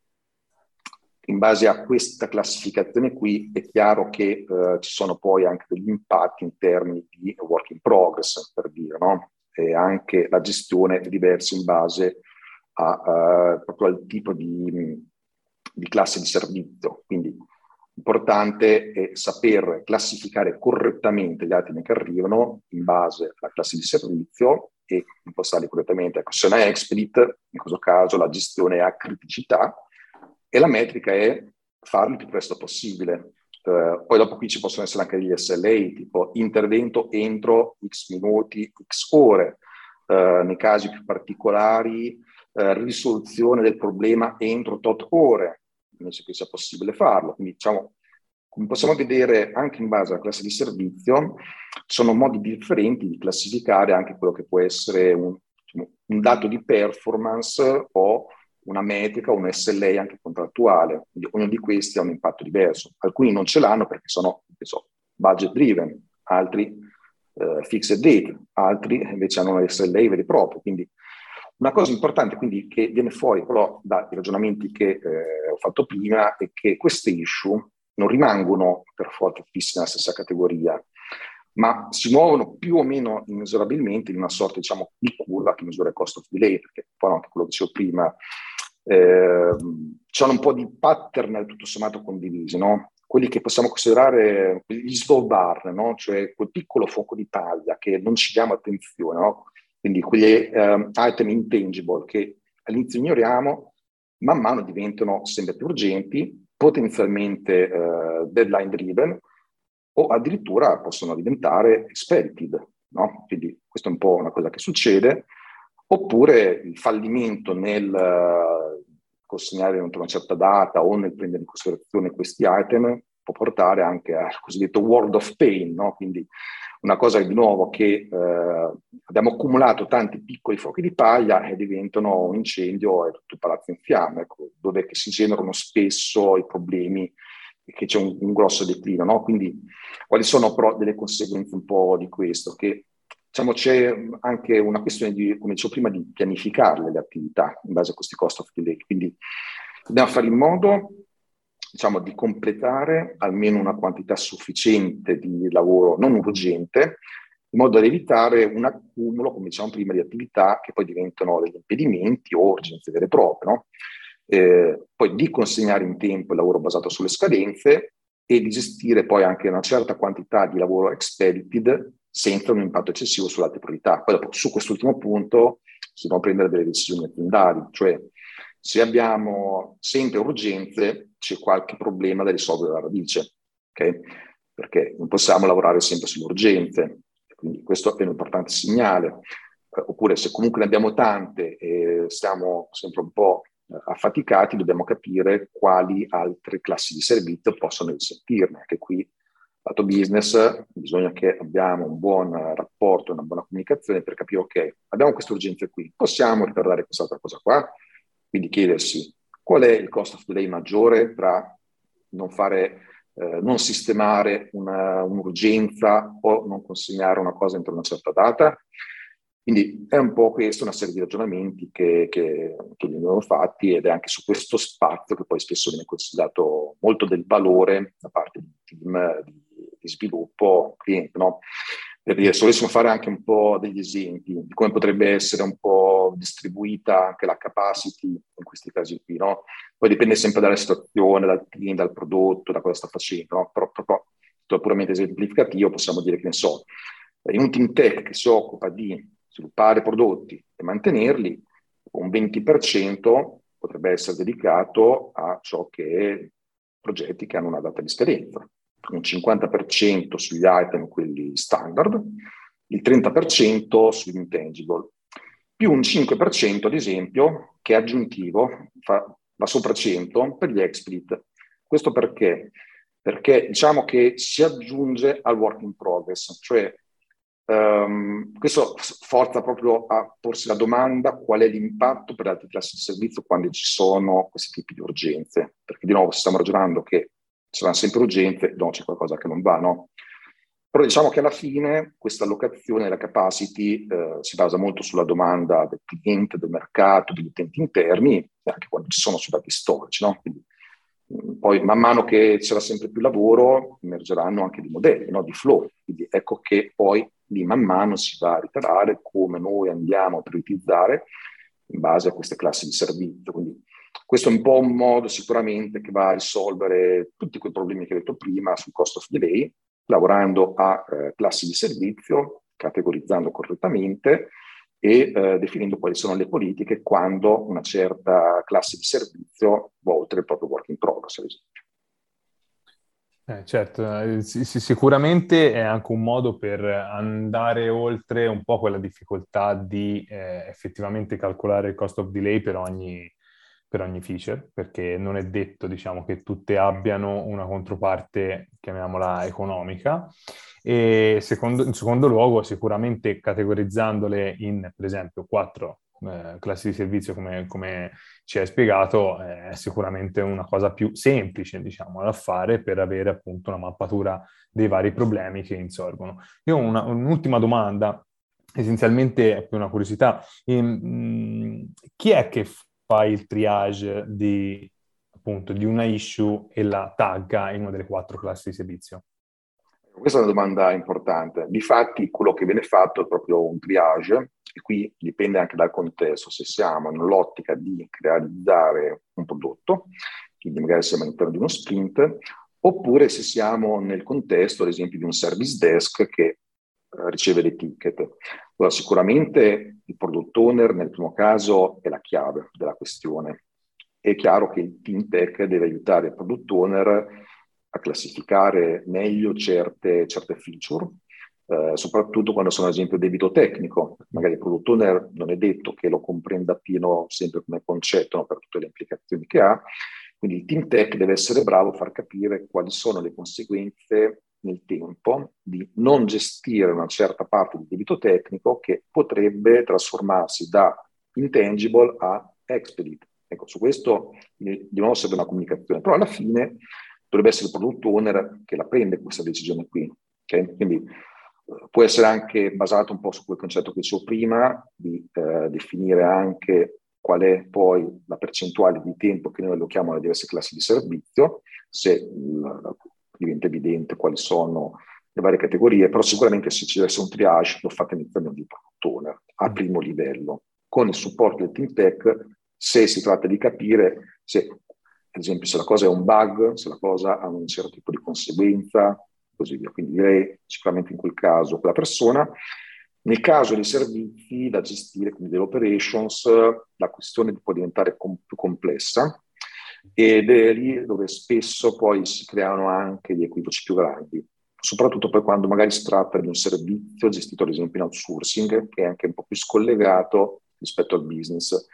F: in base a questa classificazione qui è chiaro che eh, ci sono poi anche degli impatti in termini di work in progress, per dire, no? E anche la gestione è diversa in base a, uh, proprio al tipo di, di classe di servizio. Quindi l'importante è saper classificare correttamente gli item che arrivano in base alla classe di servizio e impostarli correttamente. Ecco, se non è Expedit, in questo caso la gestione è a criticità e la metrica è farli il più presto possibile. Uh, poi dopo qui ci possono essere anche degli S L A, tipo intervento entro X minuti, X ore. Uh, nei casi più particolari, Uh, risoluzione del problema entro tot ore, invece che sia possibile farlo. Quindi diciamo, come possiamo vedere anche in base alla classe di servizio, sono modi differenti di classificare anche quello che può essere un, diciamo, un dato di performance o una metrica o un S L A anche contrattuale. Quindi ognuno di questi ha un impatto diverso. Alcuni non ce l'hanno perché sono, so, budget driven, altri uh, fixed date, altri invece hanno un S L A vero e proprio. Quindi una cosa importante quindi che viene fuori però dai ragionamenti che eh, ho fatto prima è che queste issue non rimangono per forza fisse nella stessa categoria, ma si muovono più o meno inesorabilmente in una sorta, diciamo, di curva che misura il cost of delay, perché poi anche quello che dicevo prima, eh, c'hanno un po' di pattern tutto sommato condivisi, no? Quelli che possiamo considerare gli slow bar, no? Cioè quel piccolo fuoco di paglia che non ci diamo attenzione, no? Quindi quegli um, item intangible che all'inizio ignoriamo, man mano diventano sempre più urgenti, potenzialmente uh, deadline driven o addirittura possono diventare expected, no? Quindi questa è un po' una cosa che succede. oppure il fallimento nel uh, consegnare entro una certa data o nel prendere in considerazione questi item può portare anche al cosiddetto world of pain, no? Quindi una cosa di nuovo che eh, abbiamo accumulato tanti piccoli fuochi di paglia e diventano un incendio e tutto il palazzo in fiamme, ecco, dove si generano spesso i problemi e che c'è un, un grosso declino, no? Quindi quali sono però delle conseguenze un po' di questo? Che diciamo c'è anche una questione di, come dicevo prima, di pianificarle le attività in base a questi cost of delay. Quindi dobbiamo fare in modo, diciamo, di completare almeno una quantità sufficiente di lavoro non urgente, in modo da evitare un accumulo, come diciamo prima, di attività che poi diventano degli impedimenti o urgenze vere e proprie, no? Eh, poi di consegnare in tempo il lavoro basato sulle scadenze e di gestire poi anche una certa quantità di lavoro expedited senza un impatto eccessivo sulle altre priorità. Poi dopo, su quest'ultimo punto si devono prendere delle decisioni aziendali, cioè se abbiamo sempre urgenze c'è qualche problema da risolvere alla radice, ok? Perché non possiamo lavorare sempre sulle urgenze, quindi questo è un importante segnale. Eh, oppure se comunque ne abbiamo tante e siamo sempre un po' affaticati, dobbiamo capire quali altre classi di servizio possono risentirne. Anche qui, lato business, bisogna che abbiamo un buon rapporto, una buona comunicazione per capire, ok, abbiamo queste urgenze qui, possiamo ricordare quest'altra cosa qua? Quindi chiedersi qual è il cost of delay maggiore tra non fare, eh, non sistemare una, un'urgenza o non consegnare una cosa entro una certa data. Quindi è un po' questa una serie di ragionamenti che, che, che vengono fatti ed è anche su questo spazio che poi spesso viene considerato molto del valore da parte di team di, di sviluppo cliente, no? Per dire, se volessimo fare anche un po' degli esempi di come potrebbe essere un po' distribuita anche la capacity in questi casi qui, no? Poi dipende sempre dalla situazione, dal team, dal prodotto, da cosa sta facendo, no? Però proprio puramente esemplificativo possiamo dire che ne so, in un team tech che si occupa di sviluppare prodotti e mantenerli, un venti per cento potrebbe essere dedicato a ciò che è progetti che hanno una data di scadenza, un cinquanta per cento sugli item, quelli standard, il trenta per cento sugli intangible, più un cinque per cento, ad esempio, che è aggiuntivo, fa, va sopra cento per gli expedite. Questo perché? Perché diciamo che si aggiunge al work in progress, cioè Um, questo forza proprio a porsi la domanda qual è l'impatto per le altre classi di servizio quando ci sono questi tipi di urgenze, perché di nuovo stiamo ragionando che ci saranno sempre urgenze, no, c'è qualcosa che non va, no? Però diciamo che alla fine questa allocazione della capacity eh, si basa molto sulla domanda del cliente, del mercato, degli utenti interni, e anche quando ci sono sui dati storici, no? Quindi, mh, poi man mano che c'era sempre più lavoro emergeranno anche dei modelli, no? Di flow, quindi ecco che poi lì man mano si va a ritarare come noi andiamo a prioritizzare in base a queste classi di servizio. Quindi questo è un po' un modo sicuramente che va a risolvere tutti quei problemi che ho detto prima sul cost of delay, lavorando a eh, classi di servizio, categorizzando correttamente e eh, definendo quali sono le politiche quando una certa classe di servizio va oltre il proprio work in progress, ad esempio.
E: Eh, certo, eh, sì, sì, sicuramente è anche un modo per andare oltre un po' quella difficoltà di eh, effettivamente calcolare il cost of delay per ogni, per ogni feature, perché non è detto, diciamo, che tutte abbiano una controparte, chiamiamola economica, e secondo, in secondo luogo sicuramente categorizzandole in, per esempio, quattro eh, classi di servizio come, come ci hai spiegato, è sicuramente una cosa più semplice, diciamo, da fare per avere appunto una mappatura dei vari problemi che insorgono. Io ho una, un'ultima domanda, essenzialmente è più una curiosità. Ehm, chi è che fa il triage di, appunto, di una issue e la tagga in una delle quattro classi di servizio?
F: Questa è una domanda importante. Difatti, quello che viene fatto è proprio un triage, e qui dipende anche dal contesto. Se siamo nell'ottica di realizzare un prodotto, quindi magari siamo all'interno di uno sprint, oppure se siamo nel contesto, ad esempio, di un service desk che eh, riceve dei ticket. Allora, sicuramente il product owner, nel primo caso, è la chiave della questione. È chiaro che il team tech deve aiutare il product owner a classificare meglio certe, certe feature eh, soprattutto quando sono ad esempio debito tecnico. Magari il product owner non è detto che lo comprenda pieno sempre come concetto, no, per tutte le implicazioni che ha. Quindi il team tech deve essere bravo a far capire quali sono le conseguenze nel tempo di non gestire una certa parte di debito tecnico che potrebbe trasformarsi da intangible a expedite. Ecco, su questo di nuovo serve una comunicazione, però alla fine dovrebbe essere il product owner che la prende questa decisione qui. Okay? Quindi eh, può essere anche basato un po' su quel concetto che dicevo prima, di eh, definire anche qual è poi la percentuale di tempo che noi allochiamo alle diverse classi di servizio, se mh, diventa evidente quali sono le varie categorie, però sicuramente se ci deve essere un triage lo fate inizialmente di product owner a primo livello, con il supporto del team tech, se si tratta di capire se, ad esempio, se la cosa è un bug, se la cosa ha un certo tipo di conseguenza, così via. Quindi direi sicuramente in quel caso quella persona. Nel caso dei servizi da gestire, quindi delle operations, la questione può diventare com- più complessa ed è lì dove spesso poi si creano anche gli equivoci più grandi, soprattutto poi quando magari si tratta di un servizio gestito ad esempio in outsourcing, che è anche un po' più scollegato rispetto al business.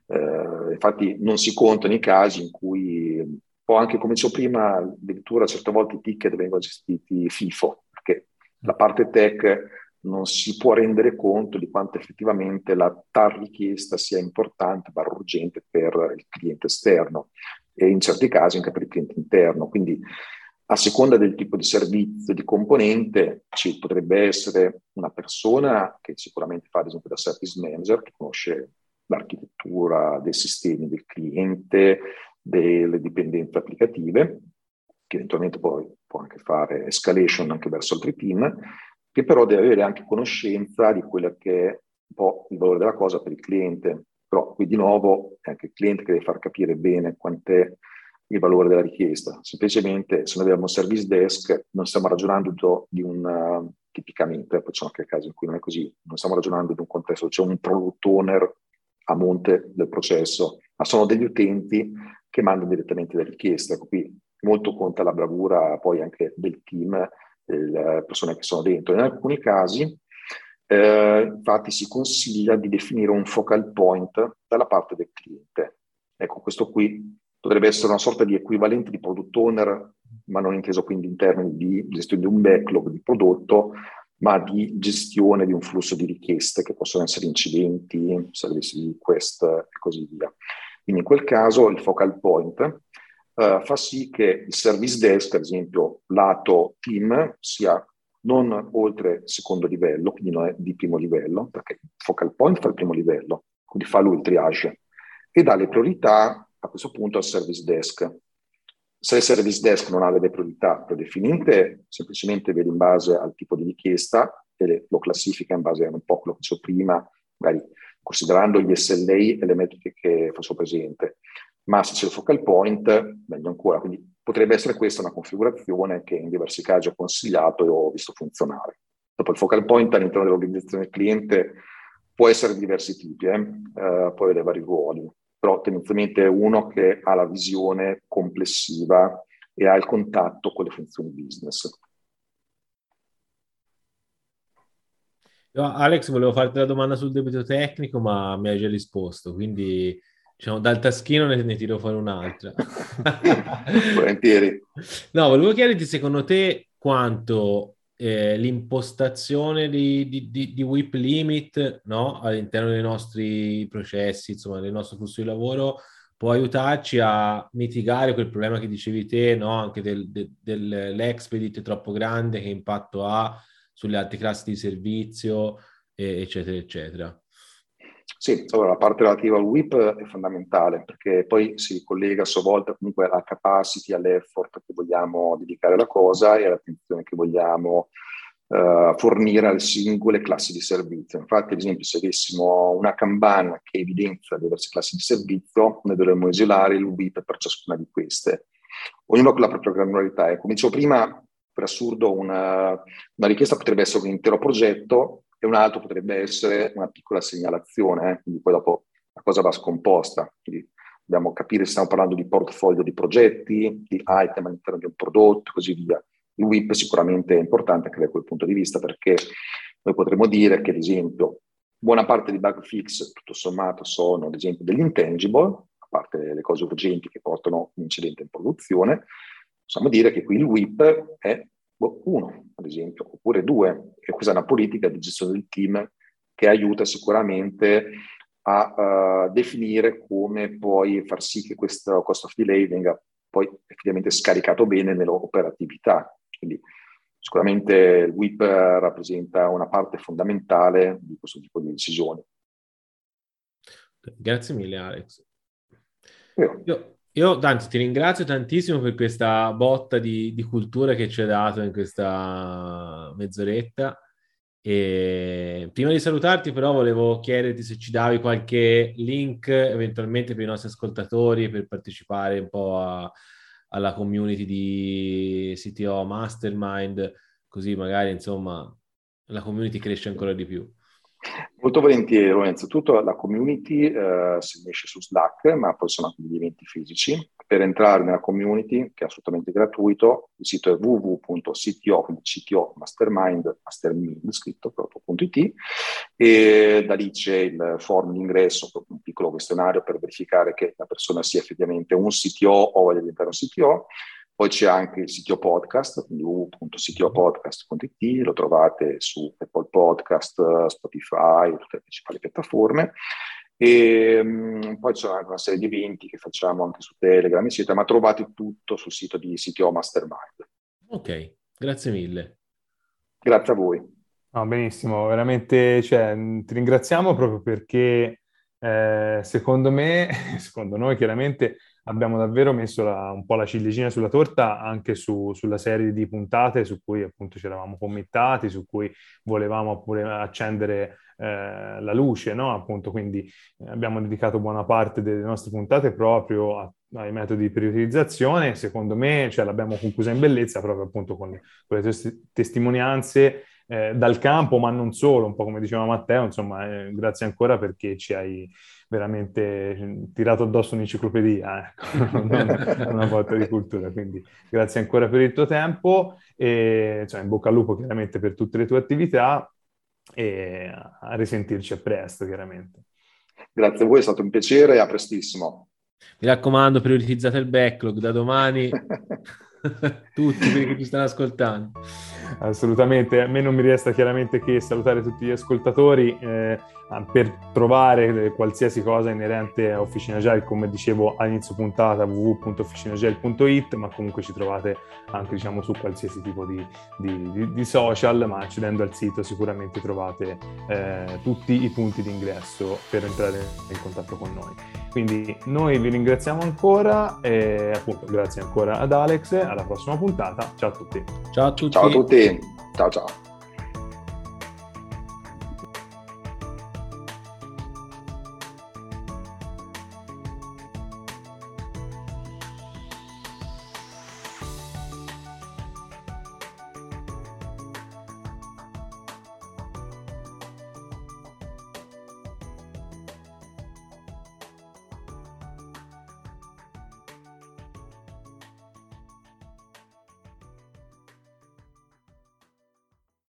F: Eh, infatti non si contano i casi in cui, o anche come dicevo prima, addirittura certe volte i ticket vengono gestiti FIFO, perché la parte tech non si può rendere conto di quanto effettivamente la tal richiesta sia importante, ma urgente per il cliente esterno e in certi casi anche per il cliente interno. Quindi a seconda del tipo di servizio, di componente, ci potrebbe essere una persona che sicuramente fa ad esempio da service manager, che conosce l'architettura dei sistemi del cliente, delle dipendenze applicative, che eventualmente poi può anche fare escalation anche verso altri team, che però deve avere anche conoscenza di quello che è un po' il valore della cosa per il cliente. Però qui di nuovo è anche il cliente che deve far capire bene quant'è il valore della richiesta. Semplicemente se noi abbiamo un service desk non stiamo ragionando di un, uh, tipicamente, poi ci sono anche casi in cui non è così, non stiamo ragionando di un contesto, c'è un product owner a monte del processo, ma sono degli utenti che mandano direttamente le richieste. Ecco, qui molto conta la bravura poi anche del team, delle persone che sono dentro. In alcuni casi eh, infatti si consiglia di definire un focal point dalla parte del cliente. Ecco, questo qui potrebbe essere una sorta di equivalente di product owner, ma non inteso quindi in termini di gestione di un backlog di prodotto, ma di gestione di un flusso di richieste che possono essere incidenti, servizi di request e così via. Quindi in quel caso il focal point uh, fa sì che il service desk, ad esempio lato team, sia non oltre secondo livello, quindi non è di primo livello, perché il focal point fa il primo livello, quindi fa lui il triage e dà le priorità a questo punto al service desk. Se il service desk non ha delle priorità predefinite, semplicemente vede in base al tipo di richiesta e le, lo classifica in base a un po' quello che dicevo prima, magari considerando gli S L A e le metriche che faccio presente. Ma se c'è il focal point, meglio ancora. Quindi potrebbe essere questa una configurazione che in diversi casi ho consigliato e ho visto funzionare. Dopo il focal point all'interno dell'organizzazione del cliente può essere di diversi tipi, eh? Uh, può avere vari ruoli, però tendenzialmente è uno che ha la visione complessiva e ha il contatto con le funzioni business.
D: Io, Alex, volevo farti la domanda sul debito tecnico, ma mi hai già risposto, quindi diciamo dal taschino ne, ne tiro fuori un'altra.
F: Volentieri.
D: No, volevo chiederti secondo te quanto eh, l'impostazione di, di, di, di W I P limit, no, all'interno dei nostri processi, insomma, del nostro flusso di lavoro, può aiutarci a mitigare quel problema che dicevi te, no, anche del, del, dell'expedit troppo grande, che impatto ha sulle altre classi di servizio, eh, eccetera, eccetera.
F: Sì, allora la parte relativa al W I P è fondamentale perché poi si collega a sua volta comunque alla capacity, all'effort che vogliamo dedicare alla cosa e all'attenzione che vogliamo uh, fornire alle singole classi di servizio. Infatti, ad esempio, se avessimo una Kanban che evidenzia diverse classi di servizio, noi dovremmo isolare il W I P per ciascuna di queste. Ognuno con la propria granularità. E come dicevo prima, per assurdo, una, una richiesta potrebbe essere un intero progetto e un altro potrebbe essere una piccola segnalazione, eh? Quindi poi dopo la cosa va scomposta. Quindi dobbiamo capire se stiamo parlando di portfolio di progetti, di item all'interno di un prodotto e così via. Il W I P sicuramente è importante anche da quel punto di vista, perché noi potremmo dire che, ad esempio, buona parte di bug fix, tutto sommato, sono, ad esempio, degli intangible, a parte le cose urgenti che portano un incidente in produzione. Possiamo dire che qui il W I P è uno, ad esempio, oppure due, e questa è una politica di gestione del team che aiuta sicuramente a uh, definire come poi far sì che questo cost of delay venga poi effettivamente scaricato bene nell'operatività. Quindi sicuramente il W I P rappresenta una parte fondamentale di questo tipo di decisioni.
D: Grazie mille, Alex. Io, io tanto ti ringrazio tantissimo per questa botta di, di cultura che ci hai dato in questa mezz'oretta. E prima di salutarti, però, volevo chiederti se ci davi qualche link eventualmente per i nostri ascoltatori per partecipare un po' a, alla community di C T O Mastermind, così magari insomma la community cresce ancora di più.
F: Molto volentieri, Lorenzo. Tutto la community eh, si unisce su Slack, ma poi sono anche degli eventi fisici. Per entrare nella community, che è assolutamente gratuito, il sito è w w w punto c t o, quindi C T O Mastermind, mastermind scritto proprio punto i t, e da lì c'è il form di ingresso, un piccolo questionario per verificare che la persona sia effettivamente un C T O o voglia diventare un C T O. Poi c'è anche il C T O Podcast, quindi w w w punto c t o podcast punto i t, lo trovate su Apple Podcast, Spotify, tutte le principali piattaforme. E um, poi c'è anche una serie di eventi che facciamo anche su Telegram, eccetera, ma trovate tutto sul sito di C T O Mastermind.
D: Ok, grazie mille.
F: Grazie a voi.
E: No, benissimo, veramente, cioè, ti ringraziamo proprio perché eh, secondo me, secondo noi chiaramente, abbiamo davvero messo la, un po' la ciliegina sulla torta anche su, sulla serie di puntate su cui appunto ci eravamo committati, su cui volevamo pure accendere eh, la luce, no? Appunto, quindi eh, abbiamo dedicato buona parte delle nostre puntate proprio a, ai metodi di priorizzazione. Secondo me, cioè, l'abbiamo conclusa in bellezza proprio appunto con, con le tes- testimonianze eh, dal campo, ma non solo, un po' come diceva Matteo, insomma, eh, grazie ancora perché ci hai veramente tirato addosso un'enciclopedia, ecco, non una botta di cultura, quindi grazie ancora per il tuo tempo e cioè, in bocca al lupo chiaramente per tutte le tue attività e a risentirci a presto chiaramente.
F: Grazie a voi, è stato un piacere e a prestissimo.
D: Mi raccomando, prioritizzate il backlog da domani. Tutti quelli che ci stanno ascoltando.
E: Assolutamente, a me non mi resta chiaramente che salutare tutti gli ascoltatori eh, per trovare qualsiasi cosa inerente a Officina Agile, come dicevo all'inizio puntata, w w w punto officina agile punto i t, ma comunque ci trovate anche diciamo su qualsiasi tipo di, di, di, di social, ma accedendo al sito sicuramente trovate eh, tutti i punti di ingresso per entrare in contatto con noi. Quindi noi vi ringraziamo ancora e appunto grazie ancora ad Alex, alla prossima puntata, ciao a tutti.
D: Ciao a tutti.
F: Ciao a tutti, ciao ciao.